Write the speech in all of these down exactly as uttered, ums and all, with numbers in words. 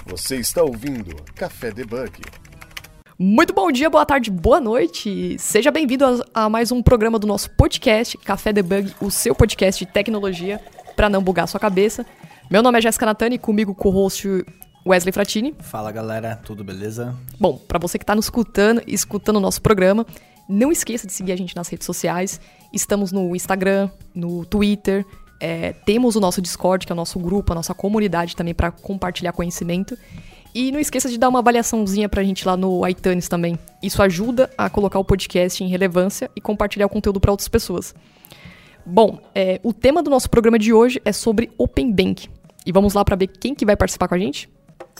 Você está ouvindo Café Debug. Muito bom dia, boa tarde, boa noite. Seja bem-vindo a, a mais um programa do nosso podcast, Café Debug, o seu podcast de tecnologia para não bugar sua cabeça. Meu nome é Jéssica Natani e comigo com o host Wesley Fratini. Fala galera, tudo beleza? Bom, para você que está nos escutando e escutando o nosso programa, não esqueça de seguir a gente nas redes sociais. Estamos no Instagram, no Twitter, é, temos o nosso Discord, que é o nosso grupo, a nossa comunidade também para compartilhar conhecimento. E não esqueça de dar uma avaliaçãozinha pra gente lá no iTunes também. Isso ajuda a colocar o podcast em relevância e compartilhar o conteúdo para outras pessoas. Bom, é, o tema do nosso programa de hoje é sobre Open Bank. E vamos lá para ver quem que vai participar com a gente?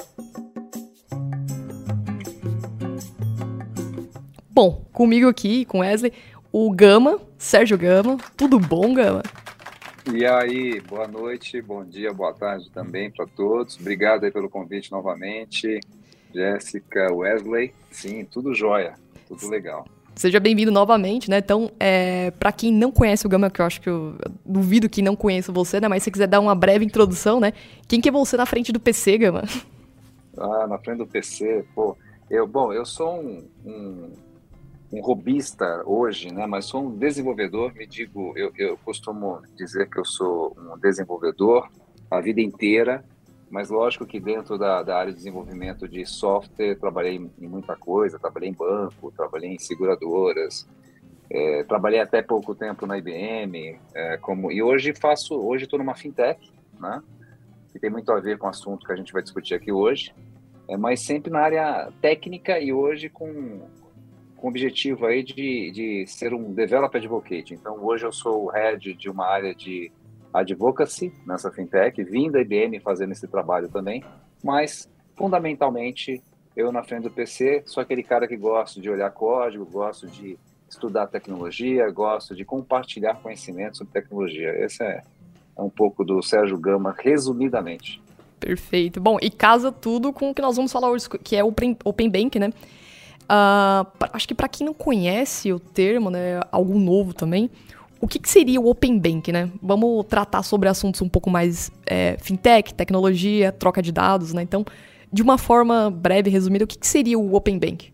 Bom, comigo aqui, com Wesley, o Gama, Sérgio Gama. Tudo bom, Gama? E aí, boa noite, bom dia, boa tarde também para todos. Obrigado aí pelo convite novamente. Jéssica, Wesley, sim, tudo jóia, tudo legal. Seja bem-vindo novamente, né? Então, é, para quem não conhece o Gama, que eu acho que eu, eu duvido que não conheça você, né? Mas se você quiser dar uma breve introdução, né? Quem que é você na frente do P C, Gama? Ah, na frente do P C, pô. Eu, bom, eu sou um... um... um robista hoje, né? Mas sou um desenvolvedor, me digo, eu, eu costumo dizer que eu sou um desenvolvedor a vida inteira, mas lógico que dentro da, da área de desenvolvimento de software, trabalhei em muita coisa, trabalhei em banco, trabalhei em seguradoras, é, trabalhei até pouco tempo na I B M, é, como, e hoje faço, hoje estou numa fintech, né? Que tem muito a ver com o assunto que a gente vai discutir aqui hoje, é, mas sempre na área técnica e hoje com com o objetivo aí de, de ser um developer advocate. Então, hoje eu sou o head de uma área de advocacy nessa fintech, vim da I B M fazendo esse trabalho também, mas, fundamentalmente, eu na frente do P C sou aquele cara que gosta de olhar código, gosto de estudar tecnologia, gosto de compartilhar conhecimento sobre tecnologia. Esse é, é um pouco do Sérgio Gama, resumidamente. Perfeito. Bom, e casa tudo com o que nós vamos falar hoje, que é o Open Bank, né? Uh, acho que para quem não conhece o termo, né, algo novo também, o que, que seria o Open Bank, né? Vamos tratar sobre assuntos um pouco mais é, fintech, tecnologia, troca de dados, né? Então, de uma forma breve, resumida, o que, que seria o Open Bank?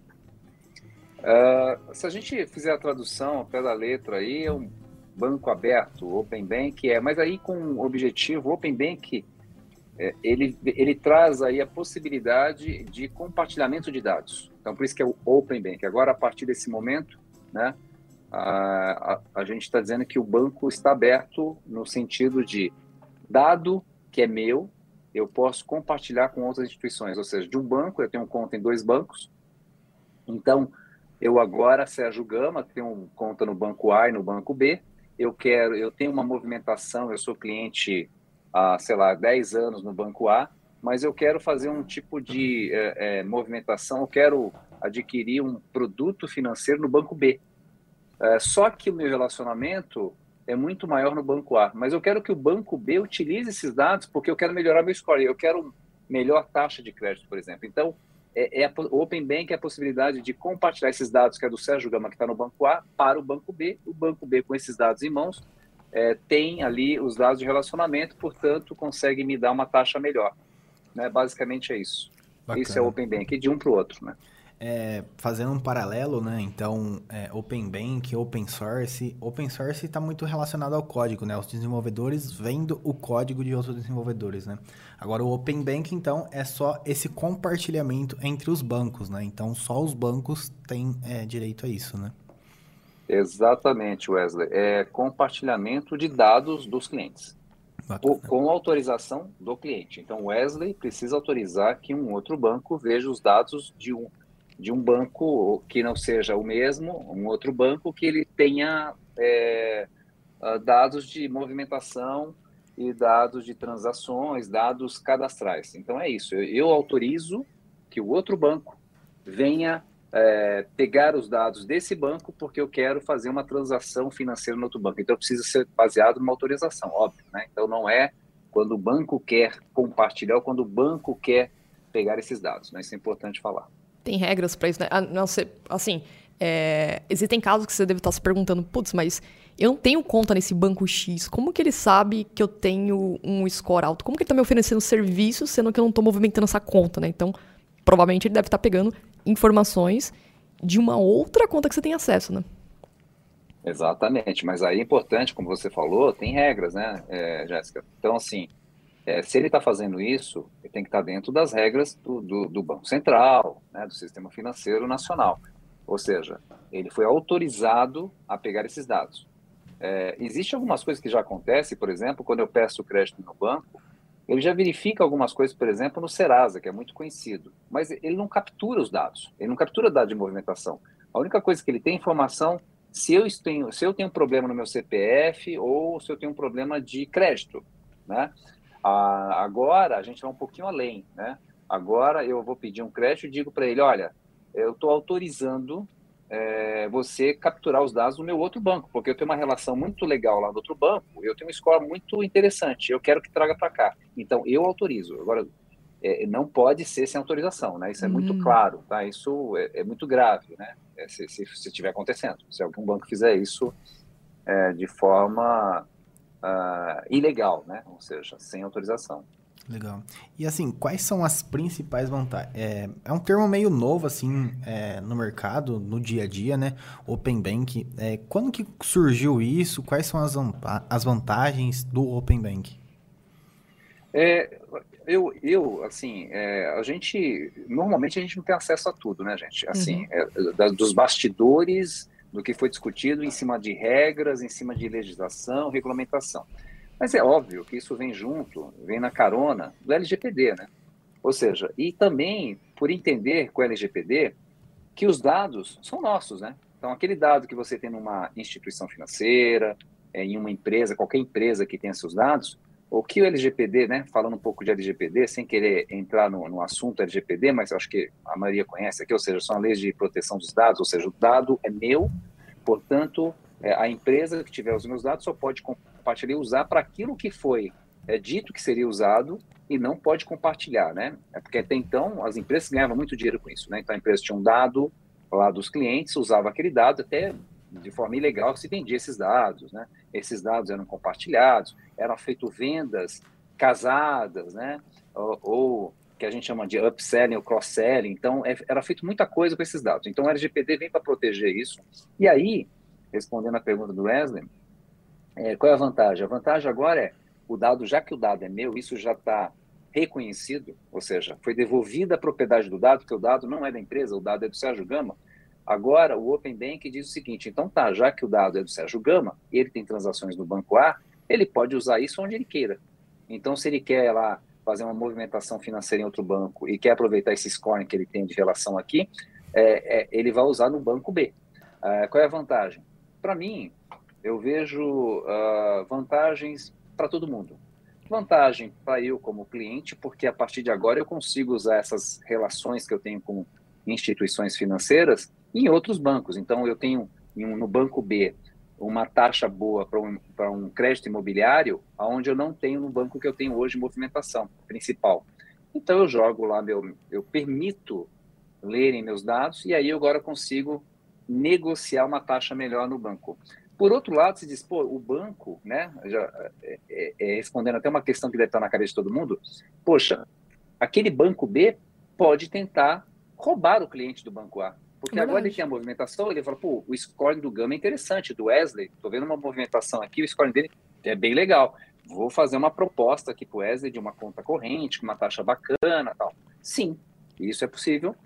Uh, se a gente fizer a tradução ao pé da letra aí, é um banco aberto, Open Bank, é, mas aí com o objetivo, o Open Bank, é, ele, ele traz aí a possibilidade de compartilhamento de dados. Então, por isso que é o Open Bank. Agora, a partir desse momento, né, a, a, a gente está dizendo que o banco está aberto no sentido de dado que é meu, eu posso compartilhar com outras instituições. Ou seja, de um banco, eu tenho conta em dois bancos. Então, eu agora, Sérgio Gama, tenho conta no banco A e no banco B. Eu quero, eu tenho uma movimentação, eu sou cliente há, sei lá, dez anos no banco A, mas eu quero fazer um tipo de é, é, movimentação, eu quero adquirir um produto financeiro no banco B. É, só que o meu relacionamento é muito maior no banco A, mas eu quero que o banco B utilize esses dados porque eu quero melhorar meu score, eu quero melhor taxa de crédito, por exemplo. Então, é, é a, o Open Bank é a possibilidade de compartilhar esses dados que é do Sérgio Gama, que está no banco A, para o banco B. O banco B, com esses dados em mãos, é, tem ali os dados de relacionamento, portanto, consegue me dar uma taxa melhor. Né, basicamente é isso. Bacana. Isso é Open Bank, de um para o outro, né? É, fazendo um paralelo, né? Então, é, Open Bank, Open Source. Open Source está muito relacionado ao código, né? Os desenvolvedores vendo o código de outros desenvolvedores, né? Agora, o Open Bank, então, é só esse compartilhamento entre os bancos, né? Então, só os bancos têm é, direito a isso, né? Exatamente, Wesley. É compartilhamento de dados dos clientes. Bacana. Com autorização do cliente. Então, Wesley precisa autorizar que um outro banco veja os dados de um, de um banco que não seja o mesmo, um outro banco que ele tenha é, dados de movimentação e dados de transações, dados cadastrais. Então, é isso. Eu, eu autorizo que o outro banco venha é, pegar os dados desse banco porque eu quero fazer uma transação financeira no outro banco. Então, precisa ser baseado numa autorização, óbvio, né? Então, não é quando o banco quer compartilhar ou quando o banco quer pegar esses dados, né? Isso é importante falar. Tem regras para isso, né? A não ser, assim, É, existem casos que você deve estar se perguntando, putz, mas eu não tenho conta nesse banco X, como que ele sabe que eu tenho um score alto? Como que ele está me oferecendo serviço, sendo que eu não estou movimentando essa conta, né? Então, provavelmente ele deve estar pegando informações de uma outra conta que você tem acesso, né? Exatamente, mas aí é importante, como você falou, tem regras, né, é, Jéssica? Então, assim, é, se ele está fazendo isso, ele tem que estar dentro das regras do, do, do Banco Central, né, do Sistema Financeiro Nacional. Ou seja, ele foi autorizado a pegar esses dados. É, Existem algumas coisas que já acontecem, por exemplo, quando eu peço crédito no banco, ele já verifica algumas coisas, por exemplo, no Serasa, que é muito conhecido, mas ele não captura os dados, ele não captura dados de movimentação. A única coisa que ele tem é informação se eu tenho, se eu tenho um problema no meu C P F ou se eu tenho um problema de crédito, né? Ah, agora, a gente vai um pouquinho além, né? Agora eu vou pedir um crédito e digo para ele, olha, eu estou autorizando é, você capturar os dados do meu outro banco, porque eu tenho uma relação muito legal lá no outro banco, eu tenho um score muito interessante, eu quero que traga para cá. Então, eu autorizo. Agora, é, não pode ser sem autorização, né? Isso é hum. muito claro, tá? Isso é, é muito grave, né? É, se, se, se estiver acontecendo. Se algum banco fizer isso é, de forma uh, ilegal, né? Ou seja, sem autorização. Legal. E assim, quais são as principais vantagens? É, é um termo meio novo, assim, é, no mercado, no dia a dia, né? Open Bank. É, quando que surgiu isso? Quais são as, as vantagens do Open Bank? É, eu, eu, assim, é, a gente, normalmente a gente não tem acesso a tudo, né, gente? Assim, uhum. é, da, dos bastidores, do que foi discutido em cima de regras, em cima de legislação, regulamentação. Mas é óbvio que isso vem junto, vem na carona do L G P D, né? Ou seja, e também por entender com o L G P D que os dados são nossos, né? Então, aquele dado que você tem numa instituição financeira, é, em uma empresa, qualquer empresa que tenha seus dados, o que o L G P D, né, falando um pouco de L G P D, sem querer entrar no, no assunto L G P D, mas acho que a maioria conhece aqui, ou seja, são as leis de proteção dos dados, ou seja, o dado é meu, portanto, é, a empresa que tiver os meus dados só pode compartilhar e usar para aquilo que foi é, dito que seria usado e não pode compartilhar, né? É porque até então as empresas ganhavam muito dinheiro com isso, né? Então a empresa tinha um dado lá dos clientes, usava aquele dado até de forma ilegal se vendia esses dados, né? Esses dados eram compartilhados, eram feitas vendas casadas, né? Ou, ou que a gente chama de upselling ou cross-selling. Então, é, era feito muita coisa com esses dados. Então, o L G P D vem para proteger isso. E aí, respondendo a pergunta do Wesley, é, qual é a vantagem? A vantagem agora é, o dado, já que o dado é meu, isso já está reconhecido, ou seja, foi devolvida a propriedade do dado, porque o dado não é da empresa, o dado é do Sérgio Gama. Agora, o Open Bank diz o seguinte, então tá, já que o dado é do Sérgio Gama, ele tem transações no banco A, ele pode usar isso onde ele queira. Então, se ele quer lá fazer uma movimentação financeira em outro banco e quer aproveitar esse scoring que ele tem de relação aqui, é, é, ele vai usar no banco B. Uh, qual é a vantagem? Para mim, eu vejo uh, vantagens para todo mundo. Vantagem para eu como cliente, porque a partir de agora eu consigo usar essas relações que eu tenho com instituições financeiras em outros bancos. Então, eu tenho no banco B uma taxa boa para um, para um crédito imobiliário, onde eu não tenho no banco que eu tenho hoje movimentação principal. Então, eu jogo lá, meu, eu permito lerem meus dados e aí eu agora consigo negociar uma taxa melhor no banco. Por outro lado, se diz, pô, o banco, né, já, é, é, é, respondendo até uma questão que deve estar na cabeça de todo mundo, poxa, aquele banco B pode tentar roubar o cliente do banco A. Porque Verdade. Agora ele tem a movimentação, ele fala, pô, o scoring do Gama é interessante, do Wesley, tô vendo uma movimentação aqui, o scoring dele é bem legal. Vou fazer uma proposta aqui pro Wesley de uma conta corrente, com uma taxa bacana e tal. Sim, isso é possível.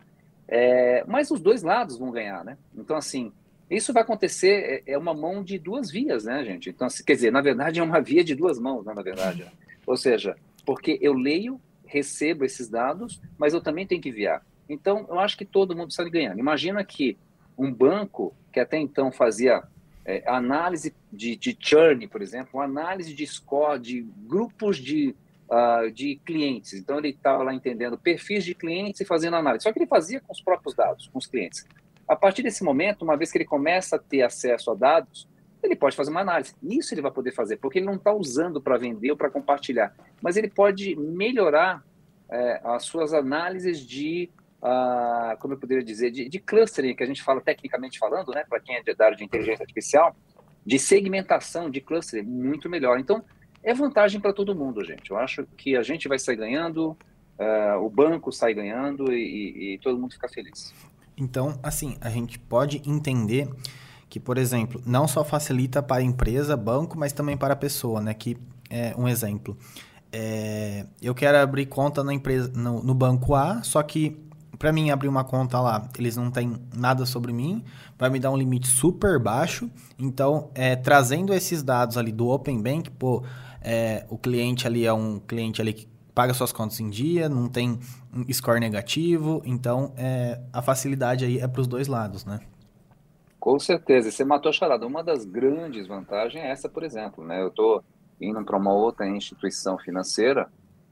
É, mas os dois lados vão ganhar, né? Então, assim, isso vai acontecer, é, é uma mão de duas vias, né, gente? Então, assim, quer dizer, na verdade, é uma via de duas mãos, né, na verdade. Né? Ou seja, porque eu leio, recebo esses dados, mas eu também tenho que enviar. Então, eu acho que todo mundo sai ganhando. Imagina que um banco que até então fazia é, análise de, de churn, por exemplo, análise de score de grupos de, uh, de clientes. Então, ele estava lá entendendo perfis de clientes e fazendo análise. Só que ele fazia com os próprios dados, com os clientes. A partir desse momento, uma vez que ele começa a ter acesso a dados, ele pode fazer uma análise. Isso ele vai poder fazer, porque ele não está usando para vender ou para compartilhar. Mas ele pode melhorar é, as suas análises de uh, como eu poderia dizer, de, de clustering, que a gente fala tecnicamente falando, né, para quem é da área de inteligência artificial, de segmentação, de clustering, muito melhor. Então, é vantagem para todo mundo, gente. Eu acho que a gente vai sair ganhando, uh, o banco sai ganhando e, e, e todo mundo fica feliz. Então, assim, a gente pode entender que, por exemplo, não só facilita para a empresa, banco, mas também para a pessoa, né? Que é um exemplo. É, eu quero abrir conta na empresa, no, no banco A, só que para mim abrir uma conta lá, eles não têm nada sobre mim, vai me dar um limite super baixo. Então, é, trazendo esses dados ali do Open Bank, pô, é, o cliente ali é um cliente ali que paga suas contas em dia, não tem score negativo, então é, a facilidade aí é para os dois lados, né? Com certeza, você matou a charada. Uma das grandes vantagens é essa, por exemplo, né? Eu estou indo para uma outra instituição financeira,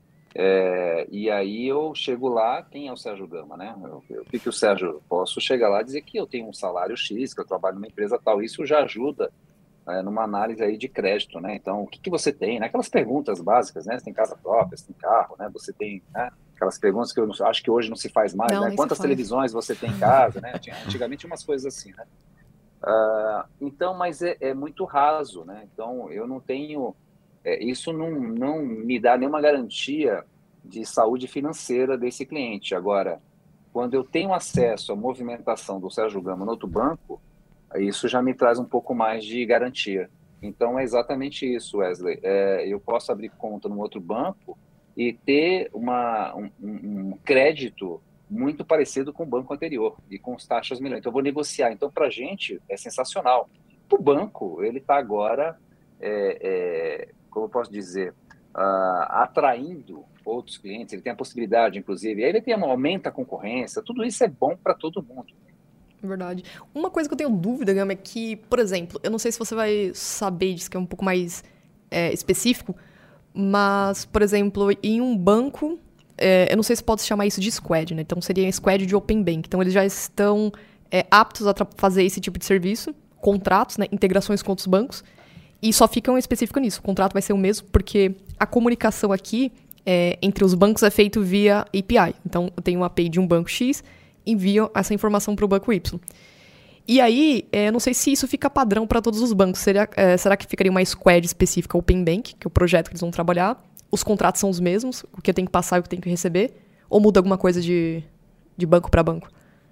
é, e aí eu chego lá, quem é o Sérgio Gama, né? O que, que o Sérgio, posso chegar lá e dizer que eu tenho um salário X, que eu trabalho numa empresa tal, isso já ajuda é, numa análise aí de crédito, né? Então, o que, que você tem, né? Aquelas perguntas básicas, né? Você tem casa própria, você tem carro, né? Você tem, né? Aquelas perguntas que eu não, acho que hoje não se faz mais, não, né? Quantas televisões você tem em casa, né? Tinha, antigamente umas coisas assim, né? Uh, então, mas é, é muito raso, né? Então, eu não tenho... É, isso não, não me dá nenhuma garantia de saúde financeira desse cliente. Agora, quando eu tenho acesso à movimentação do Sérgio Gama no outro banco, isso já me traz um pouco mais de garantia. Então, é exatamente isso, Wesley. É, eu posso abrir conta no outro banco e ter uma, um, um crédito muito parecido com o banco anterior e com as taxas melhores. Então, eu vou negociar. Então, para a gente, é sensacional. Para o banco, ele está agora... É, é, como eu posso dizer, uh, atraindo outros clientes, ele tem a possibilidade, inclusive, aí ele tem, aumenta a concorrência, tudo isso é bom para todo mundo. Verdade. Uma coisa que eu tenho dúvida, Gama, é que, por exemplo, eu não sei se você vai saber disso, que é um pouco mais é, específico, mas, por exemplo, em um banco, é, eu não sei se pode chamar isso de squad, né? Então, seria squad de Open Bank. Então, eles já estão é, aptos a fazer esse tipo de serviço, contratos, né? Integrações com outros bancos, e só ficam específicos nisso. O contrato vai ser o mesmo, porque a comunicação aqui é, entre os bancos é feito via A P I. Então, eu tenho uma A P I de um banco X, envio essa informação para o banco Y. E aí, é, não sei se isso fica padrão para todos os bancos. Será, é, será que ficaria uma squad específica Open Bank, que é o projeto que eles vão trabalhar? Os contratos são os mesmos, o que eu tenho que passar e o que eu tenho que receber? Ou muda alguma coisa de, de banco para banco?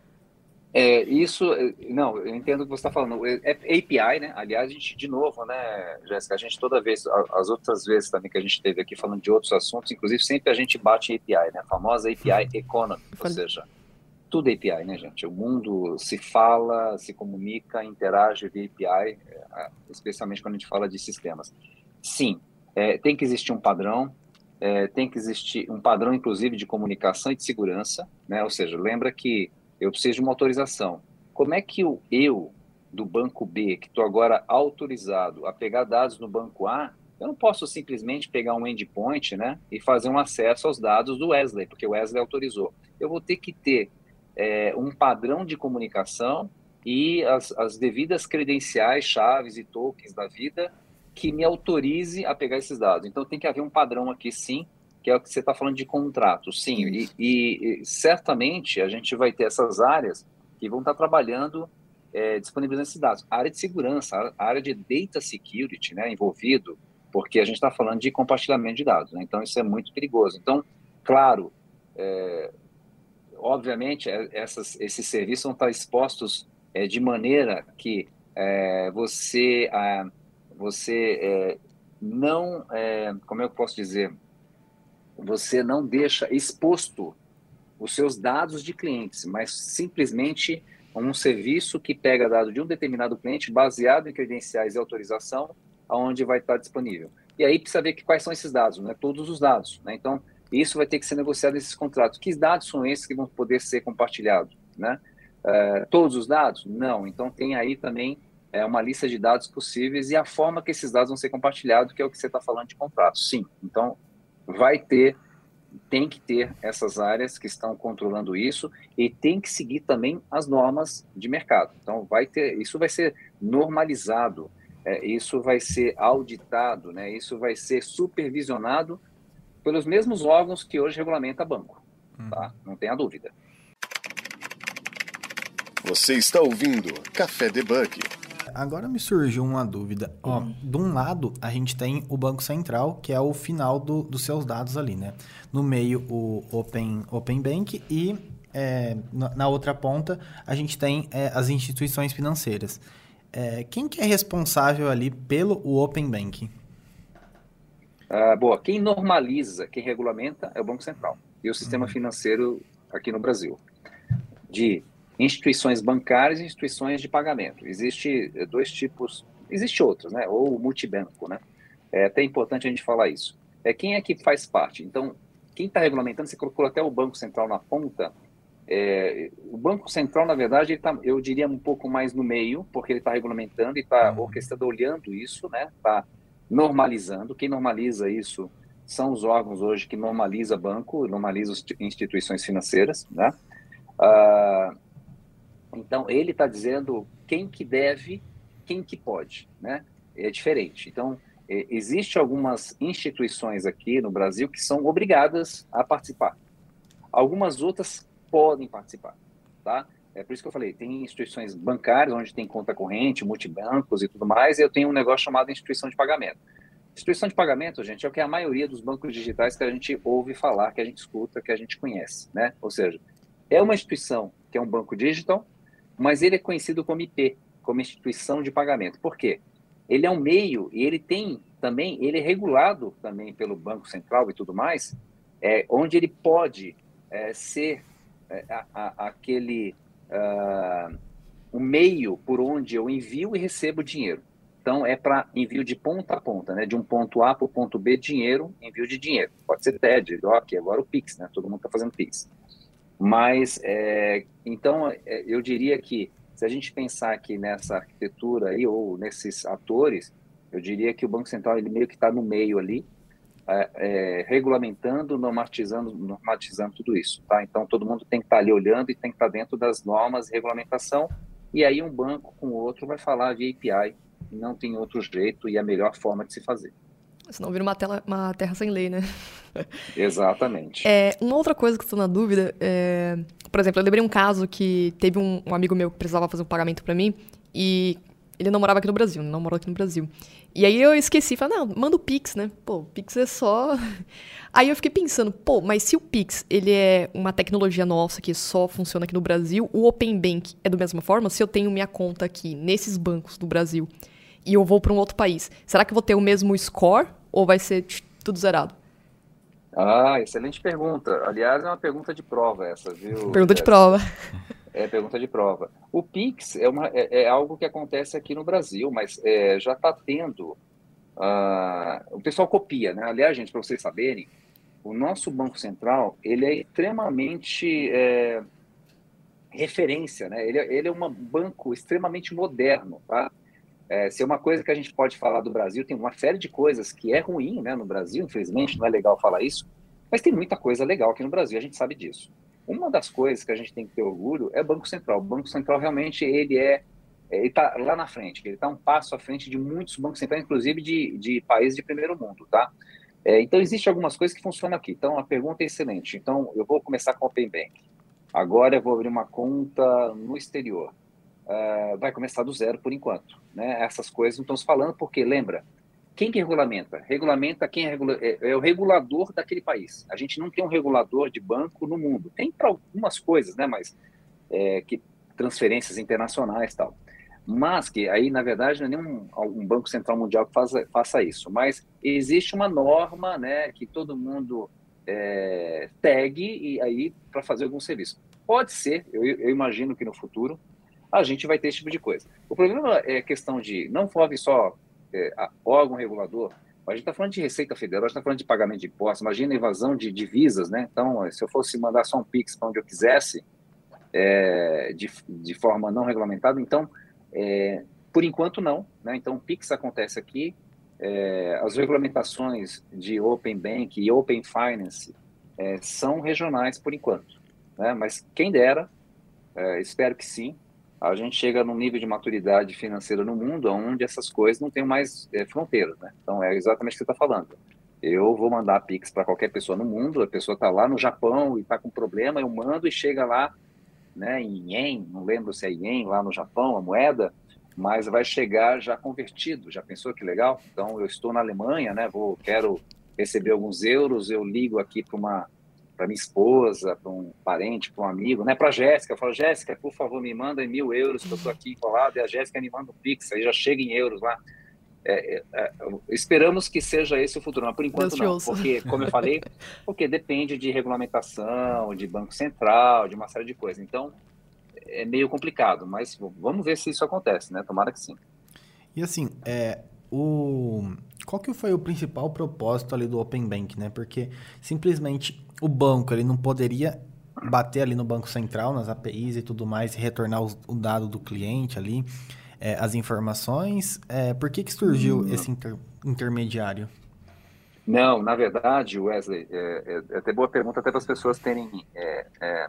É, isso, não, eu entendo o que você está falando. É A P I, né? Aliás, a gente, de novo, né, Jéssica, a gente toda vez, as outras vezes também que a gente esteve aqui falando de outros assuntos, inclusive sempre a gente bate em A P I, né? A famosa A P I Economy, ou seja, tudo A P I, né, gente? O mundo se fala, se comunica, interage via A P I, especialmente quando a gente fala de sistemas. Sim, é, tem que existir um padrão, é, tem que existir um padrão, inclusive, de comunicação e de segurança, né? Ou seja, lembra que eu preciso de uma autorização. Como é que eu, eu do banco B, que estou agora autorizado a pegar dados no banco A, eu não posso simplesmente pegar um endpoint, né, e fazer um acesso aos dados do Wesley, porque o Wesley autorizou. Eu vou ter que ter é, um padrão de comunicação e as, as devidas credenciais, chaves e tokens da vida que me autorize a pegar esses dados. Então, tem que haver um padrão aqui, sim, que é o que você está falando de contrato, sim, e, e, e certamente a gente vai ter essas áreas que vão estar trabalhando, é, disponibilizando esses dados. A área de segurança, a área de data security, né, envolvido, porque a gente está falando de compartilhamento de dados, né, então isso é muito perigoso. Então, claro, é, obviamente, essas, esses serviços vão estar expostos é, de maneira que é, você, a, você é, não, é, como eu posso dizer, você não deixa exposto os seus dados de clientes, mas simplesmente um serviço que pega dados de um determinado cliente baseado em credenciais e autorização, aonde vai estar disponível. E aí precisa ver que, quais são esses dados, né? Todos os dados, né? Então, isso vai ter que ser negociado nesses contratos. Que dados são esses que vão poder ser compartilhados, né? Uh, todos os dados? Não. Então, tem aí também é, uma lista de dados possíveis e a forma que esses dados vão ser compartilhados, que é o que você está falando de contrato. Sim. Então, vai ter, tem que ter essas áreas que estão controlando isso e tem que seguir também as normas de mercado. Então, vai ter, isso vai ser normalizado, é, isso vai ser auditado, né? Isso vai ser supervisionado pelos mesmos órgãos que hoje regulamenta banco, tá? Não tenha dúvida. Você está ouvindo Café Debug. Agora me surgiu uma dúvida. Ó, de um lado, a gente tem o Banco Central, que é o final do, dos seus dados ali, né? No meio, o Open, Open Bank e é, na, na outra ponta, a gente tem é, as instituições financeiras. É, quem que é responsável ali pelo o Open Bank? Ah, boa. Quem normaliza, quem regulamenta é o Banco Central e o sistema uhum. financeiro aqui no Brasil. De instituições bancárias e instituições de pagamento. Existe dois tipos, existe outros, né? Ou multibanco, né? É até importante a gente falar isso. É quem é que faz parte. Então, quem está regulamentando, você colocou até o Banco Central na ponta. É, o Banco Central, na verdade, ele tá, eu diria um pouco mais no meio, porque ele está regulamentando e está uhum. orquestrando, olhando isso, né? Está normalizando. Quem normaliza isso são os órgãos hoje que normaliza banco, normaliza as instituições financeiras, né? Ah, então, ele está dizendo quem que deve, quem que pode, né? É diferente. Então, é, existe algumas instituições aqui no Brasil que são obrigadas a participar. Algumas outras podem participar, tá? É por isso que eu falei, tem instituições bancárias, onde tem conta corrente, multibancos e tudo mais, e eu tenho um negócio chamado instituição de pagamento. Instituição de pagamento, gente, é o que a maioria dos bancos digitais que a gente ouve falar, que a gente escuta, que a gente conhece, né? Ou seja, é uma instituição que é um banco digital, mas ele é conhecido como I P, como instituição de pagamento. Por quê? Ele é um meio e ele tem também, ele é regulado também pelo Banco Central e tudo mais, é, onde ele pode é, ser é, a, a, aquele uh, um meio por onde eu envio e recebo dinheiro. Então, é para envio de ponta a ponta, né? De um ponto A para o ponto B, dinheiro, envio de dinheiro. Pode ser T E D, ok, agora o Pix, né? Todo mundo está fazendo Pix. Mas, é, então, é, eu diria que, se a gente pensar aqui nessa arquitetura aí, ou nesses atores, eu diria que o Banco Central, ele meio que está no meio ali, é, é, regulamentando, normatizando, normatizando tudo isso, tá? Então, todo mundo tem que estar tá ali olhando e tem que estar tá dentro das normas de regulamentação, e aí um banco com o outro vai falar de A P I, não tem outro jeito e a melhor forma de se fazer. Senão vira uma, tela, uma terra sem lei, né? Exatamente. É, uma outra coisa que eu estou na dúvida, é, por exemplo, eu lembrei um caso que teve um, um amigo meu que precisava fazer um pagamento para mim e ele não morava aqui no Brasil, não morou aqui no Brasil. E aí eu esqueci, falei, não, manda o Pix, né? Pô, o Pix é só... Aí eu fiquei pensando, pô, mas se o Pix, ele é uma tecnologia nossa que só funciona aqui no Brasil, o Open Bank é da mesma forma? Se eu tenho minha conta aqui nesses bancos do Brasil e eu vou para um outro país, será que eu vou ter o mesmo score ou vai ser tudo zerado? Ah, excelente pergunta. Aliás, é uma pergunta de prova essa, viu? Pergunta de prova. É pergunta de prova. O Pix é, uma, é, é algo que acontece aqui no Brasil, mas é, já está tendo... Uh, o pessoal copia, né? Aliás, gente, para vocês saberem, o nosso Banco Central, ele é extremamente é, referência, né? Ele, ele é um banco extremamente moderno, tá? É, se é uma coisa que a gente pode falar do Brasil, tem uma série de coisas que é ruim, né, no Brasil, infelizmente, não é legal falar isso, mas tem muita coisa legal aqui no Brasil, a gente sabe disso. Uma das coisas que a gente tem que ter orgulho é o Banco Central. O Banco Central realmente ele é, ele está lá na frente, ele está um passo à frente de muitos bancos centrais, inclusive de, de países de primeiro mundo, tá? É, então, existem algumas coisas que funcionam aqui. Então, a pergunta é excelente. Então, eu vou começar com o Open Bank. Agora eu vou abrir uma conta no exterior. Uh, vai começar do zero por enquanto, né? Essas coisas não estamos falando porque, lembra, quem que regulamenta? Regulamenta quem é, regula é, é o regulador daquele país. A gente não tem um regulador de banco no mundo. Tem para algumas coisas, né? Mas é, que transferências internacionais e tal. Mas que aí, na verdade, não é nenhum um banco central mundial que faça, faça isso. Mas existe uma norma, né? Que todo mundo é, tag e aí para fazer algum serviço. Pode ser, eu, eu imagino que no futuro a gente vai ter esse tipo de coisa. O problema é questão de, não envolve só é, órgão regulador, a gente está falando de Receita Federal, a gente está falando de pagamento de impostos, imagina a evasão de divisas, né? Então, se eu fosse mandar só um Pix para onde eu quisesse, é, de, de forma não regulamentada, então, é, por enquanto não, né? Então, o Pix acontece aqui, é, as regulamentações de Open Bank e Open Finance é, são regionais por enquanto, né? Mas quem dera, é, espero que sim, a gente chega num nível de maturidade financeira no mundo onde essas coisas não têm mais é, fronteiras, né? Então, é exatamente o que você está falando. Eu vou mandar Pix para qualquer pessoa no mundo, a pessoa está lá no Japão e está com problema, eu mando e chega lá né, em ien, não lembro se é ien lá no Japão, a moeda, mas vai chegar já convertido. Já pensou que legal? Então, eu estou na Alemanha, né, vou, quero receber alguns euros, eu ligo aqui para uma para minha esposa, para um parente, para um amigo, né, para a Jéssica, eu falo, Jéssica, por favor, me manda em mil euros, que eu estou aqui enrolado, e a Jéssica me manda um Pix, aí já chega em euros lá. É, é, é, esperamos que seja esse o futuro, mas por enquanto não, porque, como eu falei, porque depende de regulamentação, de Banco Central, de uma série de coisas, então é meio complicado, mas vamos ver se isso acontece, né? Tomara que sim. E assim, é, o... qual que foi o principal propósito ali do Open Bank, né? Porque simplesmente o banco, ele não poderia bater ali no Banco Central, nas A P Is e tudo mais, e retornar os, o dado do cliente ali, é, as informações. É, por que que surgiu hum. esse inter, intermediário? Não, na verdade, Wesley, é, é, é até boa pergunta até para as pessoas terem é, é,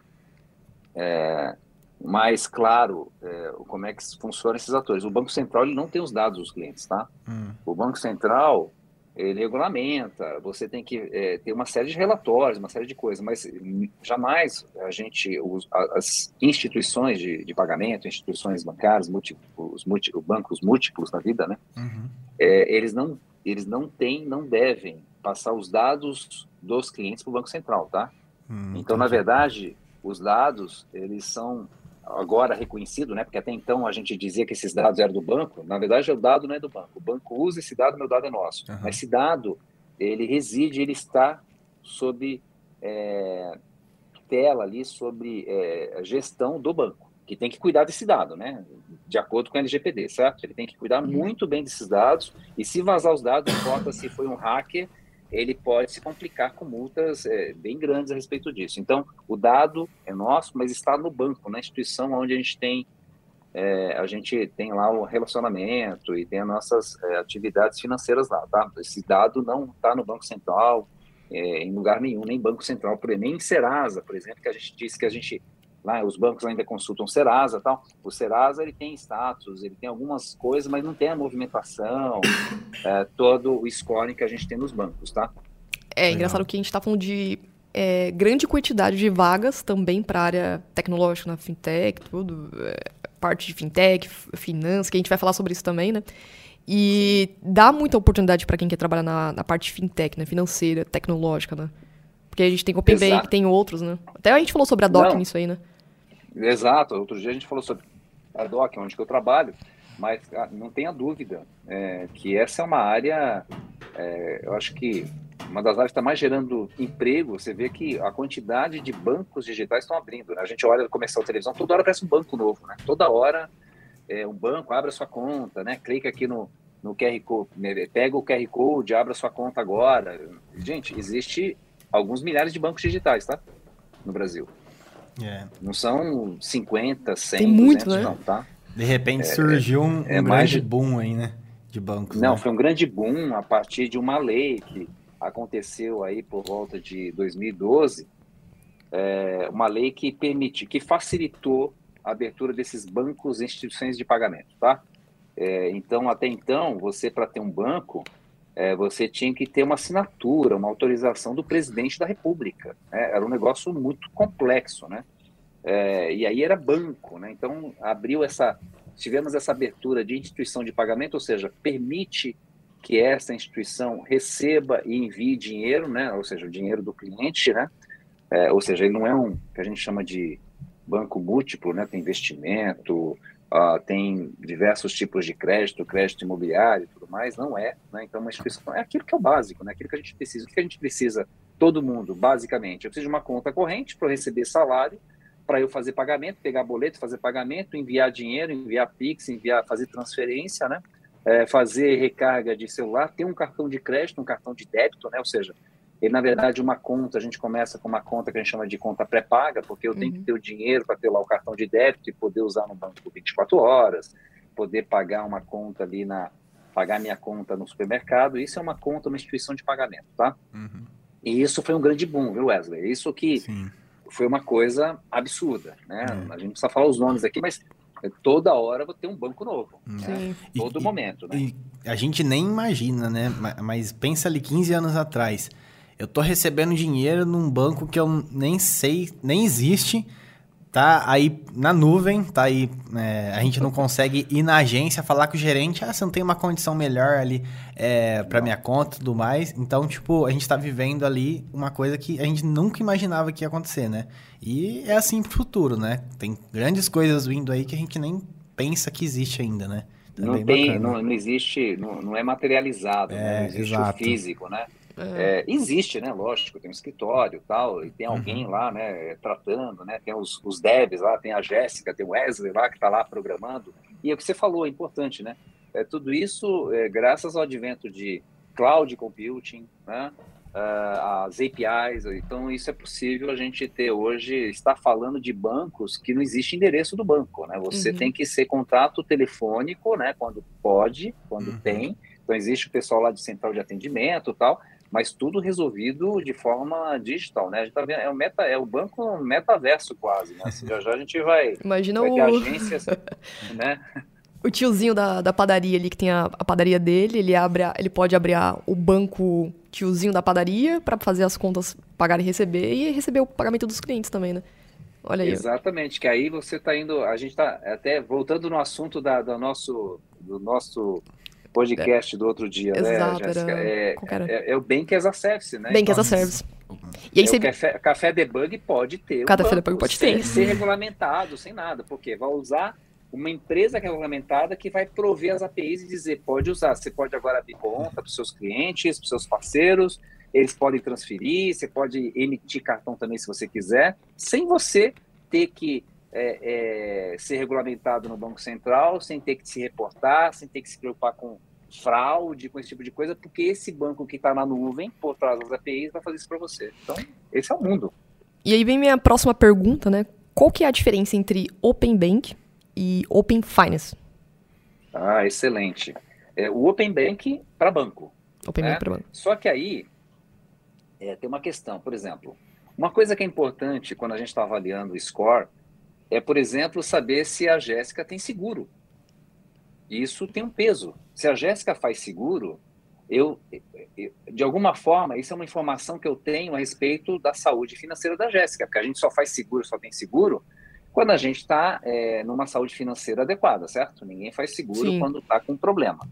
é, mais claro é, como é que funcionam esses atores. O Banco Central ele não tem os dados dos clientes, tá? Hum. O Banco Central, ele regulamenta, você tem que é, ter uma série de relatórios, uma série de coisas, mas jamais a gente, os, as instituições de, de pagamento, instituições bancárias, multi, os, multi, os bancos múltiplos na vida, né? Uhum. É, eles não eles não têm, não devem passar os dados dos clientes para o Banco Central, tá? Hum, então, entendi. Na verdade, os dados, eles são agora reconhecidos, né? Porque até então a gente dizia que esses dados eram do banco. Na verdade, o dado não é do banco. O banco usa esse dado, meu dado é nosso. Uhum. Mas esse dado, ele reside, ele está sob é, tela ali, sob é, a gestão do banco, que tem que cuidar desse dado, né? De acordo com a L G P D, certo? Ele tem que cuidar muito bem desses dados, e se vazar os dados, não importa se foi um hacker, ele pode se complicar com multas é, bem grandes a respeito disso. Então, o dado é nosso, mas está no banco, na instituição onde a gente tem, é, a gente tem lá o relacionamento e tem as nossas é, atividades financeiras lá, tá? Esse dado não está no Banco Central, é, em lugar nenhum, nem Banco Central, nem em Serasa, por exemplo, que a gente disse que a gente... Lá, os bancos ainda consultam o Serasa e tal. O Serasa, ele tem status, ele tem algumas coisas, mas não tem a movimentação, é, todo o scoring que a gente tem nos bancos, tá? É engraçado que a gente está falando de é, grande quantidade de vagas também para a área tecnológica, na fintech, tudo, é, parte de fintech, finanças, que a gente vai falar sobre isso também, né? E dá muita oportunidade para quem quer trabalhar na, na parte de fintech, né? Financeira, tecnológica, né? Porque a gente tem o Open Bank, tem outros, né? Até a gente falou sobre a Doc não. nisso aí, né? Exato, outro dia a gente falou sobre a Doc, onde que eu trabalho, mas não tenha dúvida é, que essa é uma área, é, eu acho que uma das áreas que está mais gerando emprego. Você vê que a quantidade de bancos digitais estão abrindo, né? A gente olha no comercial de televisão, toda hora parece um banco novo, né? Toda hora é, um banco abre a sua conta, né? Clica aqui no, no Q R Code, pega o Q R Code, abre a sua conta agora. Gente, existe alguns milhares de bancos digitais, tá? No Brasil. Yeah. Não são cinquenta, cem, tem muito, duzentos, né? Não, tá? De repente é, surgiu um, é, um é grande mais... boom aí, né? De bancos. Não, né? Foi um grande boom a partir de uma lei que aconteceu aí por volta de dois mil e doze, é, uma lei que permite, que facilitou a abertura desses bancos e instituições de pagamento, tá? É, então, até então, você, para ter um banco, é, você tinha que ter uma assinatura, uma autorização do presidente da República, né? Era um negócio muito complexo, né? É, e aí era banco, né? Então, abriu essa... Tivemos essa abertura de instituição de pagamento, ou seja, permite que essa instituição receba e envie dinheiro, né? Ou seja, o dinheiro do cliente, né? É, ou seja, ele não é um que a gente chama de banco múltiplo, né? Tem investimento, uh, tem diversos tipos de crédito, crédito imobiliário e tudo mais, não é, né? Então, uma instituição é aquilo que é o básico, né? Aquilo que a gente precisa. O que a gente precisa, todo mundo, basicamente? Eu preciso de uma conta corrente para eu receber salário, para eu fazer pagamento, pegar boleto, fazer pagamento, enviar dinheiro, enviar Pix, enviar, fazer transferência, né? É, fazer recarga de celular, ter um cartão de crédito, um cartão de débito, né? Ou seja, ele, na verdade, uma conta, a gente começa com uma conta que a gente chama de conta pré-paga, porque eu uhum. tenho que ter o dinheiro para ter lá o cartão de débito e poder usar no banco por vinte e quatro horas, poder pagar uma conta ali, na, pagar minha conta no supermercado. Isso é uma conta, uma instituição de pagamento, tá? Uhum. E isso foi um grande boom, viu, Wesley? Isso que... Sim. Foi uma coisa absurda, né? É. A gente não precisa falar os nomes aqui, mas toda hora vou ter um banco novo, né? Todo e, momento, né? E a gente nem imagina, né? Mas pensa ali quinze anos atrás, eu tô recebendo dinheiro num banco que eu nem sei, nem existe, tá aí na nuvem, tá aí, é, a gente não consegue ir na agência falar com o gerente, ah, você não tem uma condição melhor ali é, pra minha conta e tudo mais. Então, tipo, a gente tá vivendo ali uma coisa que a gente nunca imaginava que ia acontecer, né? E é assim pro futuro, né? Tem grandes coisas vindo aí que a gente nem pensa que existe ainda, né? Tá Não tem, não, não existe, não, não é materializado, É, né? Não existe exato. o físico, né? É, existe, né? Lógico, tem um escritório e tal, e tem alguém Uhum. lá, né, tratando, né? Tem os, os devs lá, tem a Jéssica, tem o Wesley lá que está lá programando. E é o que você falou, é importante, né? É, tudo isso é graças ao advento de cloud computing, né? Uh, as A P Is, então isso é possível a gente ter hoje, estar falando de bancos que não existe endereço do banco, né? Você Uhum. tem que ser contato telefônico, né? Quando pode, quando Uhum. tem. Então existe o pessoal lá de central de atendimento e tal, mas tudo resolvido de forma digital, né? A gente tá vendo, é o meta, é o banco metaverso quase, né? Assim, já já a gente vai, Imagina vai ter o, agências, né? o tiozinho da, da padaria ali, que tem a, a padaria dele, ele, abre a- ele pode abrir a- o banco tiozinho da padaria pra fazer as contas pagar e receber, e receber o pagamento dos clientes também, né? Olha aí. ó. Exatamente, que aí você está indo, a gente está até voltando no assunto da, do nosso do nosso podcast do outro dia, né, Exato, Jéssica? era... É, Qual que era? é, é o Bank as a Service, né? Bank Então, as a assim, Service. E aí é o você... café, café debug pode ter um Cada filha banco, pode sem ter. ser regulamentado, sem nada, porque vai usar uma empresa que é regulamentada que vai prover as A P Is e dizer, pode usar, você pode agora abrir conta para os seus clientes, para os seus parceiros, eles podem transferir, você pode emitir cartão também se você quiser, sem você ter que é, é, ser regulamentado no Banco Central, sem ter que se reportar, sem ter que se preocupar com fraude, com esse tipo de coisa, porque esse banco que está na nuvem, por trás das A P Is, vai fazer isso para você. Então, esse é o mundo. E aí vem minha próxima pergunta, né? Qual que é a diferença entre Open Bank e Open Finance? Ah, excelente. É, o Open Bank para banco. Open né? Bank para banco. Só que aí é, tem uma questão, por exemplo, uma coisa que é importante quando a gente está avaliando o score é, por exemplo, saber se a Jéssica tem seguro. Isso tem um peso. Se a Jéssica faz seguro, eu, eu, de alguma forma, isso é uma informação que eu tenho a respeito da saúde financeira da Jéssica, porque a gente só faz seguro, só tem seguro, quando a gente está é, numa saúde financeira adequada, certo? Ninguém faz seguro Sim. quando está com problema.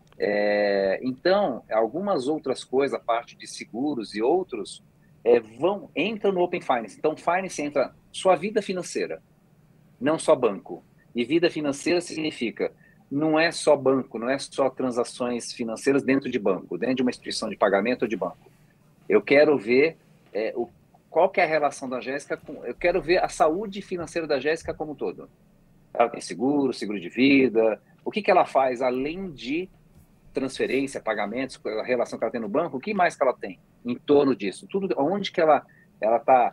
É, então, algumas outras coisas, a parte de seguros e outros, é, vão, entram no Open Finance. Então, Finance entra sua vida financeira, não só banco. E vida financeira significa, não é só banco, não é só transações financeiras dentro de banco, dentro de uma instituição de pagamento ou de banco. Eu quero ver é, o, qual que é a relação da Jéssica, com, eu quero ver a saúde financeira da Jéssica como um todo. Ela tem seguro, seguro de vida, o que, que ela faz além de transferência, pagamentos, a relação que ela tem no banco, o que mais que ela tem em torno disso? Tudo, onde que ela ela está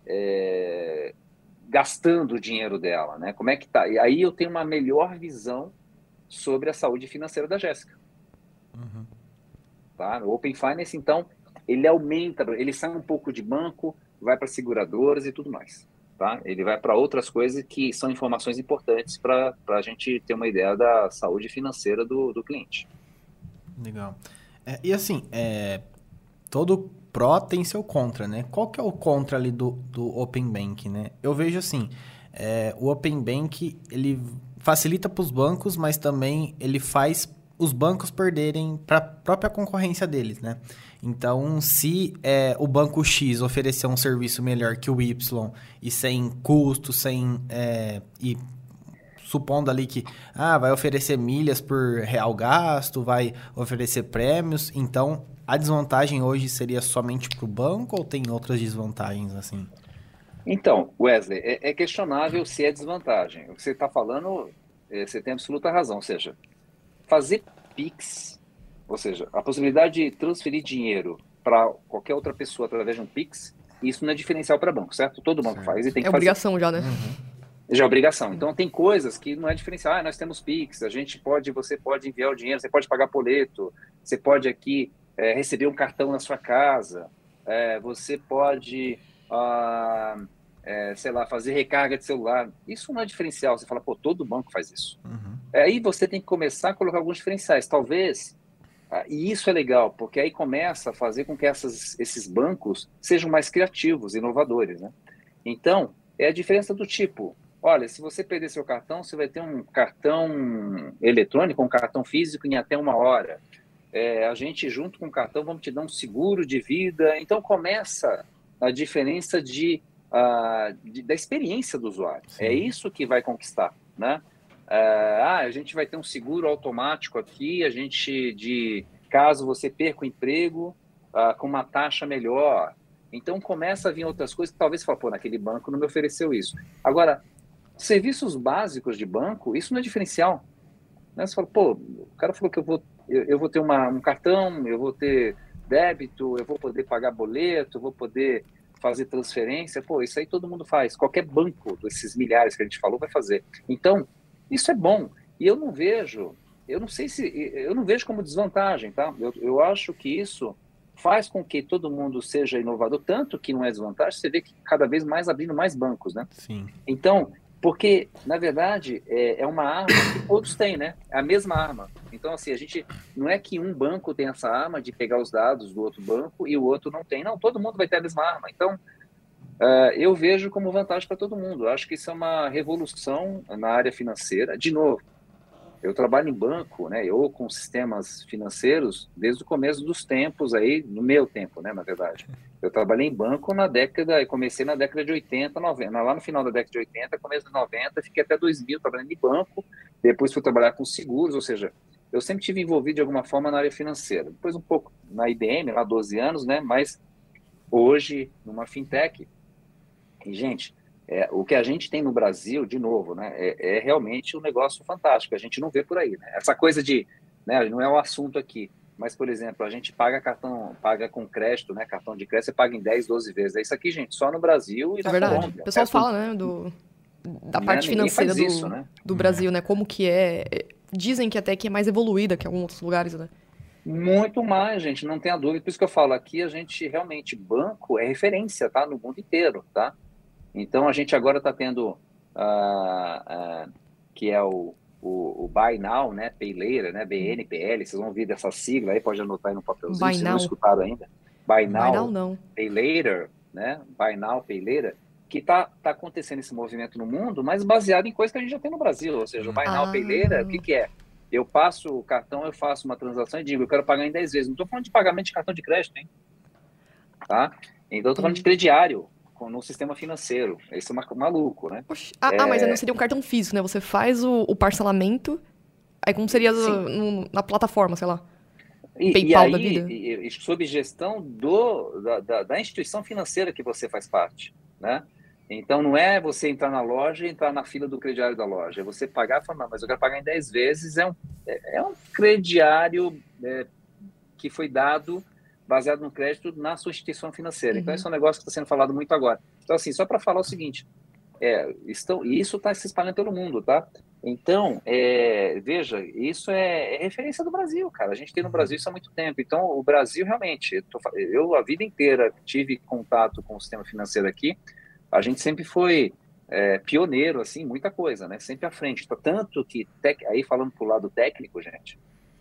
é, gastando o dinheiro dela, né? Como é que tá? E aí eu tenho uma melhor visão sobre a saúde financeira da Jéssica. Uhum. Tá? O Open Finance, então, ele aumenta, ele sai um pouco de banco, vai para seguradoras e tudo mais. Tá? Ele vai para outras coisas que são informações importantes para a gente ter uma ideia da saúde financeira do, do cliente. Legal. É, e assim, é, todo pró tem seu contra, né? Qual que é o contra ali do, do Open Bank, né? Eu vejo assim, é, o Open Bank, ele facilita para os bancos, mas também ele faz os bancos perderem para a própria concorrência deles, né? Então, se é, o banco X oferecer um serviço melhor que o Y e sem custo, sem... É, e supondo ali que ah, vai oferecer milhas por real gasto, vai oferecer prêmios, então a desvantagem hoje seria somente para o banco ou tem outras desvantagens assim? Então, Wesley, é, é questionável se é desvantagem. O que você está falando, é, você tem absoluta razão, ou seja, fazer Pix, ou seja, a possibilidade de transferir dinheiro para qualquer outra pessoa através de um Pix, isso não é diferencial para banco, certo? Todo banco Certo. faz e tem que É fazer. obrigação já, né? Uhum. Já é obrigação. Então, tem coisas que não é diferencial. Ah, nós temos Pix, a gente pode, você pode enviar o dinheiro, você pode pagar boleto, você pode aqui é, receber um cartão na sua casa, é, você pode, ah, é, sei lá, fazer recarga de celular. Isso não é diferencial. Você fala, pô, todo banco faz isso. Uhum. Aí você tem que começar a colocar alguns diferenciais. Talvez, ah, e isso é legal, porque aí começa a fazer com que essas, esses bancos sejam mais criativos, inovadores, né? Então, é a diferença do tipo. Olha, se você perder seu cartão, você vai ter um cartão eletrônico, um cartão físico em até uma hora. É, a gente, junto com o cartão, vamos te dar um seguro de vida. Então, começa a diferença de, uh, de, da experiência do usuário. Sim. É isso que vai conquistar, né? Uh, ah, a gente vai ter um seguro automático aqui, a gente, de caso você perca o emprego, uh, com uma taxa melhor. Então, começa a vir outras coisas que talvez você fale, pô, naquele banco não me ofereceu isso. Agora, serviços básicos de banco, isso não é diferencial. Né? Você fala, pô, o cara falou que eu vou, eu, eu vou ter uma, um cartão, eu vou ter débito, eu vou poder pagar boleto, eu vou poder fazer transferência. Pô, isso aí todo mundo faz. Qualquer banco desses milhares que a gente falou vai fazer. Então, isso é bom. E eu não vejo, eu não sei se, eu não vejo como desvantagem, tá? Eu, eu acho que isso faz com que todo mundo seja inovador, tanto que não é desvantagem, você vê que cada vez mais abrindo mais bancos, né? Sim. Então, porque, na verdade, é, é uma arma que todos têm, né? É a mesma arma. Então, assim, a gente, não é que um banco tem essa arma de pegar os dados do outro banco e o outro não tem. Não, todo mundo vai ter a mesma arma. Então, uh, eu vejo como vantagem para todo mundo. Eu acho que isso é uma revolução na área financeira. De novo, eu trabalho em banco, né, eu com sistemas financeiros desde o começo dos tempos aí, no meu tempo, né, na verdade. Eu trabalhei em banco na década, comecei na década de oitenta, noventa, lá no final da década de oitenta, começo de noventa, fiquei até dois mil trabalhando em banco, depois fui trabalhar com seguros, ou seja, eu sempre tive envolvido de alguma forma na área financeira. Depois um pouco na I B M, lá doze anos, né, mas hoje numa fintech. E, gente, É, o que a gente tem no Brasil, de novo, né, é, é realmente um negócio fantástico. A gente não vê por aí, né? Essa coisa de, né, não é o assunto aqui, mas, por exemplo, a gente paga cartão, paga com crédito, né? Cartão de crédito, você paga em dez, doze vezes. É isso aqui, gente, só no Brasil e é na verdade. Colômbia. O pessoal é fala, né, do, da né? parte Ninguém financeira faz do, isso, né? do Brasil, né? Como que é. Dizem que até que é mais evoluída que alguns outros lugares, né? Muito mais, gente, não tenha dúvida. Por isso que eu falo, aqui a gente realmente, banco é referência, tá? No mundo inteiro, tá? Então, a gente agora está tendo, uh, uh, que é o, o, o Buy Now, né, Pay Later, né, B N P L, vocês vão ouvir dessa sigla aí, pode anotar aí no papelzinho, Buy se Now. não escutaram ainda. Buy Now, Buy Now não. Pay Later, né, Buy Now, Pay Later, que está tá acontecendo esse movimento no mundo, mas baseado em coisas que a gente já tem no Brasil, ou seja, o Buy Now, Ah. Pay Later, o que que é? Eu passo o cartão, eu faço uma transação e digo, eu quero pagar em dez vezes. Não estou falando de pagamento de cartão de crédito, hein? Tá? Então, eu estou falando de crediário no sistema financeiro. Isso é maluco, né? Oxi. Ah, é... ah, mas não seria um cartão físico, né? Você faz o, o parcelamento, aí como seria no, na plataforma, sei lá, e, PayPal e aí, da vida? E, e, sob gestão do, da, da, da instituição financeira que você faz parte, né? Então, não é você entrar na loja e entrar na fila do crediário da loja. É você pagar e falar, não, mas eu quero pagar em dez vezes. É um, é, é um crediário é, que foi dado baseado no crédito na sua instituição financeira. Uhum. Então, esse é um negócio que está sendo falado muito agora. Então, assim, só para falar o seguinte, é, estão, isso está se espalhando pelo mundo, tá? Então, é, veja, isso é, é referência do Brasil, cara. A gente tem no Brasil isso há muito tempo. Então, o Brasil, realmente, eu, tô, eu a vida inteira tive contato com o sistema financeiro aqui, a gente sempre foi é, pioneiro, assim, muita coisa, né? Sempre à frente. Tanto que, tec, aí falando pro lado técnico, gente,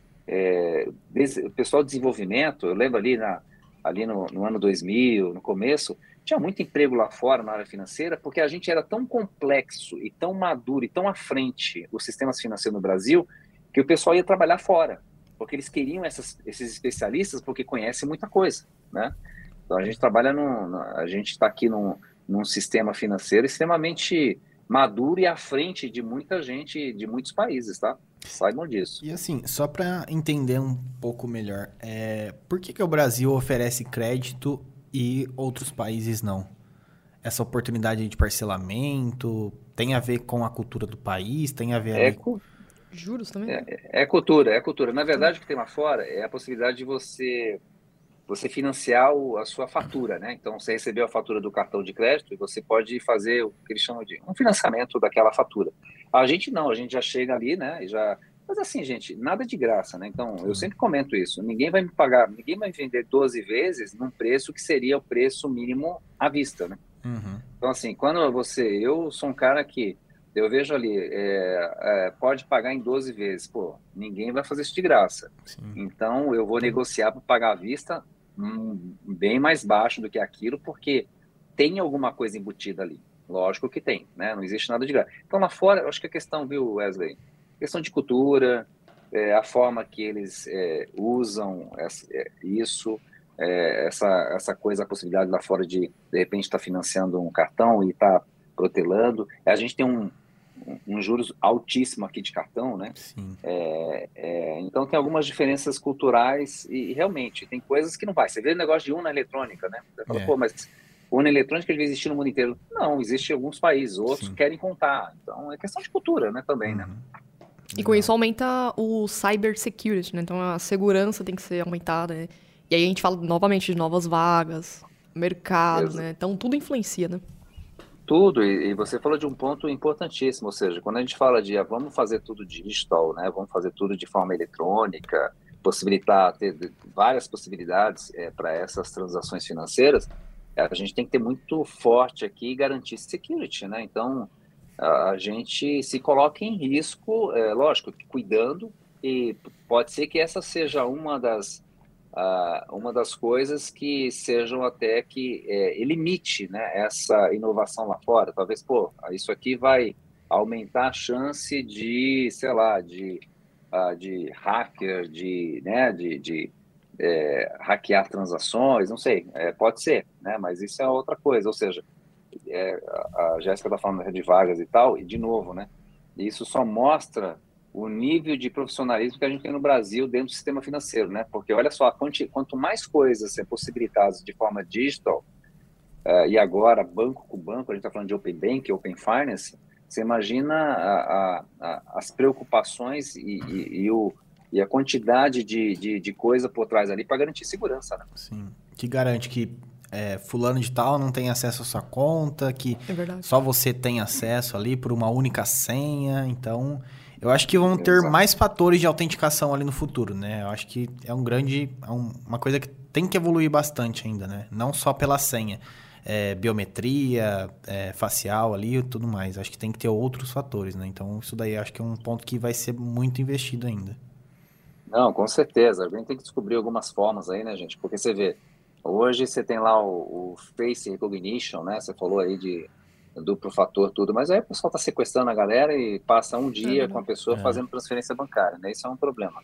É, o pessoal de desenvolvimento, eu lembro ali, na, ali no, no ano dois mil, no começo, tinha muito emprego lá fora na área financeira, porque a gente era tão complexo e tão maduro e tão à frente os sistemas financeiros no Brasil, que o pessoal ia trabalhar fora, porque eles queriam essas, esses especialistas porque conhecem muita coisa, né? Então a gente trabalha, num, a gente está aqui num, num sistema financeiro extremamente maduro e à frente de muita gente de muitos países, tá? Saibam disso. E assim, só para entender um pouco melhor, é, por que, que o Brasil oferece crédito e outros países não? Essa oportunidade de parcelamento tem a ver com a cultura do país? Tem a ver... É, ali... cu... Juros também? É, é cultura, é cultura. Na verdade, o que tem lá fora é a possibilidade de você, você financiar o, a sua fatura, né? Então, você recebeu a fatura do cartão de crédito e você pode fazer o que eles chamam de um financiamento daquela fatura. A gente não, a gente já chega ali, né? E já... Mas assim, gente, nada de graça, né? Então, eu sempre comento isso. Ninguém vai me pagar, ninguém vai vender doze vezes num preço que seria o preço mínimo à vista, né? Uhum. Então, assim, quando você... Eu sou um cara que eu vejo ali, é, é, pode pagar em doze vezes. Pô, ninguém vai fazer isso de graça. Sim. Então, eu vou Sim. negociar para pagar à vista hum, bem mais baixo do que aquilo, porque tem alguma coisa embutida ali. Lógico que tem, né? Não existe nada de grave. Então, lá fora, eu acho que a questão, viu, Wesley? Questão de cultura, é, a forma que eles é, usam essa, é, isso, é, essa, essa coisa, a possibilidade lá fora de, de repente, estar tá financiando um cartão e estar tá protelando. A gente tem um, um, um juros altíssimo aqui de cartão, né? Sim. É, é, então, tem algumas diferenças culturais e, e, realmente, tem coisas que não vai. Você vê o negócio de urna eletrônica, né? Você fala, É. pô, mas urna eletrônica devia existir no mundo inteiro. Não, existe em alguns países, outros Sim. querem contar. Então, é questão de cultura, né, também, Uhum. né? E com isso aumenta o cyber security, né? Então a segurança tem que ser aumentada, né? E aí a gente fala novamente de novas vagas, mercado, Exa- né? Então tudo influencia, né? Tudo, e, e você falou de um ponto importantíssimo, ou seja, quando a gente fala de ah, vamos fazer tudo digital, né? Vamos fazer tudo de forma eletrônica, possibilitar, ter de- várias possibilidades é, para essas transações financeiras, a gente tem que ter muito forte aqui e garantir security, né? Então, a a gente se coloca em risco, é, lógico, que cuidando, e pode ser que essa seja uma das, ah, uma das coisas que sejam até que é, limite, né, essa inovação lá fora. Talvez, pô, isso aqui vai aumentar a chance de, sei lá, de, ah, de hacker, de, né, de, de é, hackear transações, não sei, é, pode ser, né, mas isso é outra coisa, ou seja, é, a Jéssica está falando de vagas e tal, e de novo, né? Isso só mostra o nível de profissionalismo que a gente tem no Brasil dentro do sistema financeiro, né? Porque olha só, quanto, quanto mais coisas ser possibilitadas de forma digital, uh, e agora banco com banco, a gente está falando de Open Bank, Open Finance, você imagina a, a, a, as preocupações e, e, e, o, e a quantidade de, de, de coisa por trás ali para garantir segurança, né? Sim. Que garante que é, fulano de tal não tem acesso à sua conta, que É verdade. só você tem acesso ali por uma única senha. Então, eu acho que vão ter Exato. mais fatores de autenticação ali no futuro, né? Eu acho que é um grande, é um, uma coisa que tem que evoluir bastante ainda, né? Não só pela senha, é, biometria, é, facial ali e tudo mais. Acho que tem que ter outros fatores, né? Então, isso daí acho que é um ponto que vai ser muito investido ainda. Não, com certeza. A gente tem que descobrir algumas formas aí, né, gente? Porque você vê, hoje você tem lá o, o Face Recognition, né? Você falou aí de duplo fator, tudo, mas aí o pessoal está sequestrando a galera e passa um dia com a pessoa É. fazendo transferência bancária, né? Isso é um problema.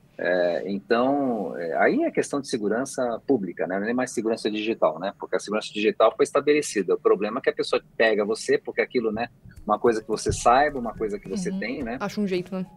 É, então, é, aí é questão de segurança pública, né? Não é nem mais segurança digital, né? Porque a segurança digital foi estabelecida. O problema é que a pessoa pega você, porque aquilo, né? Uma coisa que você saiba, uma coisa que você Uhum. tem, né? Acha um jeito, né?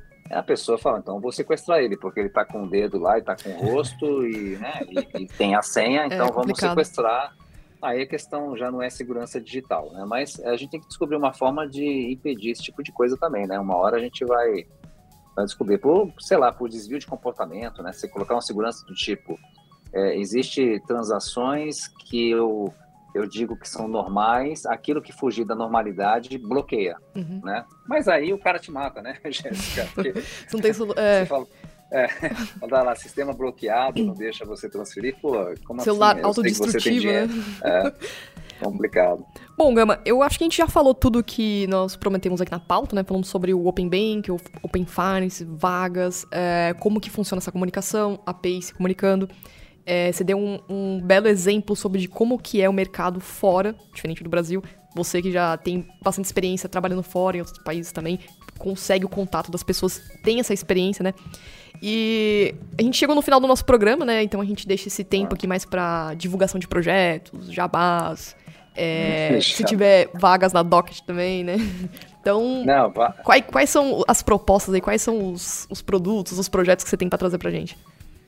A pessoa fala, então eu vou sequestrar ele, porque ele tá com o dedo lá e tá com o rosto e, né, e, e tem a senha, então vamos complicado. sequestrar. Aí a questão já não é segurança digital, né? Mas a gente tem que descobrir uma forma de impedir esse tipo de coisa também, né? Uma hora a gente vai, vai descobrir, por, sei lá, por desvio de comportamento, né? Você colocar uma segurança do tipo, é, existe transações que eu, eu digo que são normais, aquilo que fugir da normalidade bloqueia, Uhum. né? Mas aí o cara te mata, né, Jéssica? Porque Você não tem solu- é, você fala, é, fala lá, sistema bloqueado, não deixa você transferir, pô, como celular assim? Eu sei que você tem autodestrutivo, né? dinheiro. É, complicado. Bom, Gama, eu acho que a gente já falou tudo que nós prometemos aqui na pauta, né? Falamos sobre o Open Bank, o Open Finance, vagas, é, como que funciona essa comunicação, a Pay se comunicando. É, você deu um, um belo exemplo sobre de como que é o mercado fora, diferente do Brasil. Você que já tem bastante experiência trabalhando fora, em outros países também, consegue o contato das pessoas, tem essa experiência, né? E a gente chegou no final do nosso programa, né? Então a gente deixa esse tempo aqui mais pra divulgação de projetos, jabás, é, se tiver vagas na Docket também, né? Então, Não, va- quais, quais são as propostas aí, quais são os, os produtos, os projetos que você tem pra trazer pra gente?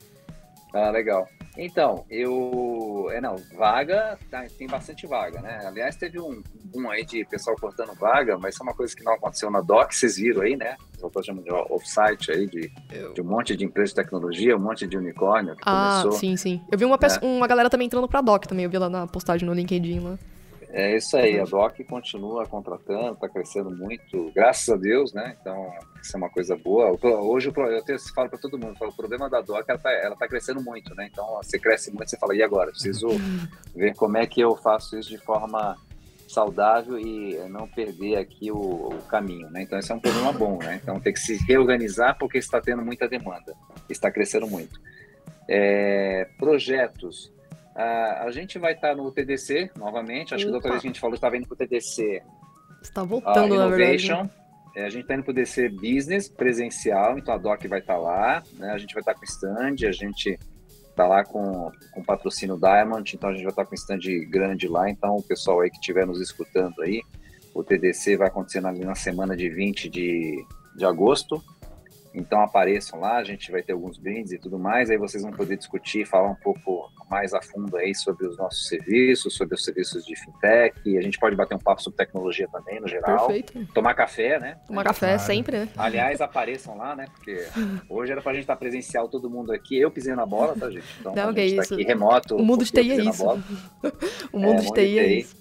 ah, legal. Então, eu. É, não, vaga, tá, tem bastante vaga, né? Aliás, teve um um aí de pessoal cortando vaga, mas isso é uma coisa que não aconteceu na Doc, vocês viram aí, né? Eu estou chamando de off-site aí, de, de um monte de empresa de tecnologia, um monte de unicórnio que Ah, começou. sim, sim. Eu vi uma, pessoa, uma galera também entrando pra Doc também, eu vi lá na postagem no LinkedIn lá. É isso aí, a Doc continua contratando, está crescendo muito, graças a Deus, né? Então, isso é uma coisa boa. Hoje eu até falo para todo mundo, falo, o problema da Doc, ela está ela tá crescendo muito, né? Então, você cresce muito, você fala, e agora? Preciso ver como é que eu faço isso de forma saudável e não perder aqui o, o caminho, né? Então, esse é um problema bom, né? Então, tem que se reorganizar porque está tendo muita demanda, está crescendo muito. É, projetos. Uh, a gente vai estar no T D C novamente. Acho Opa. que da outra vez que a gente falou, estava indo para o T D C. Está voltando, uh, na Innovation. verdade. É, a gente está indo para o T D C Business presencial, então a Doc vai estar lá, né? A gente vai estar com stand, a gente está lá com, com patrocínio Diamond, então a gente vai estar com stand grande lá. Então o pessoal aí que estiver nos escutando aí, o T D C vai acontecer na, na semana de vinte de, de agosto. Então apareçam lá, a gente vai ter alguns brindes e tudo mais, aí vocês vão poder discutir, falar um pouco mais a fundo aí sobre os nossos serviços, sobre os serviços de fintech, e a gente pode bater um papo sobre tecnologia também, no geral. Perfeito. Tomar café, né? Tomar café claro. sempre, né? Aliás, apareçam lá, né? Porque hoje era pra gente estar presencial todo mundo aqui, eu pisei na bola, tá, gente? Então Não, a que gente é tá isso. aqui remoto. O mundo de T I é isso. O mundo é, de T I é isso.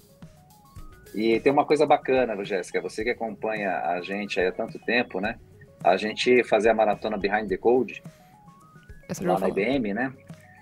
E tem uma coisa bacana, Jéssica, você que acompanha a gente aí há tanto tempo, né? A gente fazer a maratona Behind the Code, Essa lá na I B M, né?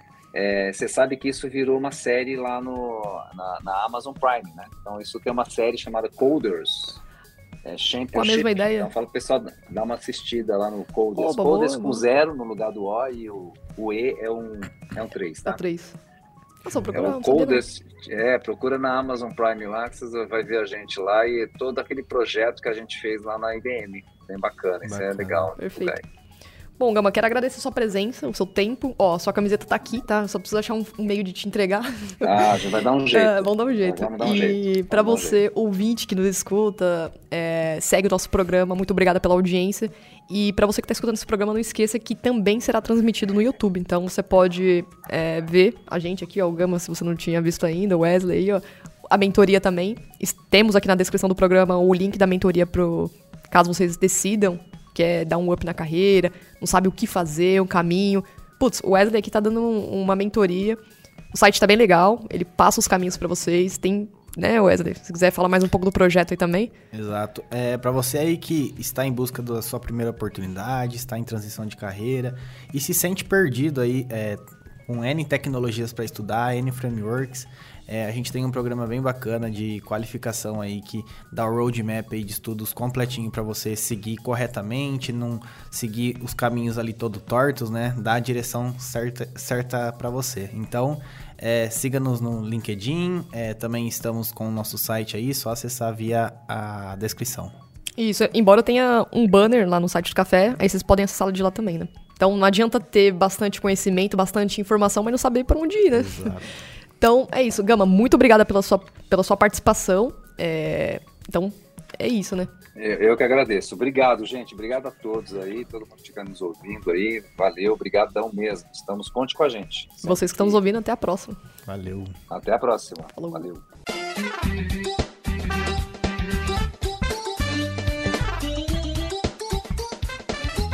É, você sabe que isso virou uma série lá no, na, na Amazon Prime, né? Então isso tem uma série chamada Coders. É, com a mesma ideia. Então fala pro pessoal dar uma assistida lá no Coders. Oba, Coders boa, com boa. zero no lugar do O e o, o E é um, é um três, tá? É três. Nossa, É o Coders, é, procura na Amazon Prime lá, que você vai ver a gente lá e todo aquele projeto que a gente fez lá na I B M. Bem bacana, isso Bacana. é legal. Perfeito. Né? Bom, Gama, quero agradecer a sua presença, o seu tempo. Ó, sua camiseta tá aqui, tá? Só preciso achar um, um meio de te entregar. Ah, a gente vai dar um jeito. É, vamos dar um jeito. Vamos dar um e jeito. pra Vamos você, ouvinte que nos escuta, é, segue o nosso programa. Muito obrigada pela audiência. E pra você que tá escutando esse programa, não esqueça que também será transmitido no YouTube. Então você pode é, ver a gente aqui, ó, o Gama, se você não tinha visto ainda, o Wesley aí, ó. A mentoria também. Temos aqui na descrição do programa o link da mentoria pro caso vocês decidam quer dar um up na carreira, não sabe o que fazer, um caminho. Putz, o Wesley aqui tá dando um, uma mentoria. O site tá bem legal, ele passa os caminhos pra vocês. Tem, né, Wesley? Se quiser falar mais um pouco do projeto aí também. Exato. É, pra você aí que está em busca da sua primeira oportunidade, está em transição de carreira e se sente perdido aí, é, com N tecnologias para estudar, N frameworks, É, a gente tem um programa bem bacana de qualificação aí que dá o roadmap aí de estudos completinho para você seguir corretamente, não seguir os caminhos ali todo tortos, né? Dá a direção certa, certa para você. Então, é, siga-nos no LinkedIn, é, também estamos com o nosso site aí, só acessar via a descrição. Isso, embora tenha um banner lá no site do Café, aí vocês podem acessá-lo de lá também, né? Então não adianta ter bastante conhecimento, bastante informação, mas não saber para onde ir, né? Exato. Então, é isso. Gama, muito obrigada pela sua, pela sua participação. É... Então, é isso, né? Eu, eu que agradeço. Obrigado, gente. Obrigado a todos aí, todo mundo que está nos ouvindo aí. Valeu, obrigadão mesmo. Estamos, conte com a gente. Sempre. Vocês que estão nos ouvindo, até a próxima. Valeu. Até a próxima. Falou. Valeu.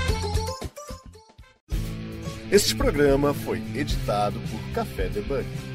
Este programa foi editado por Café Debug.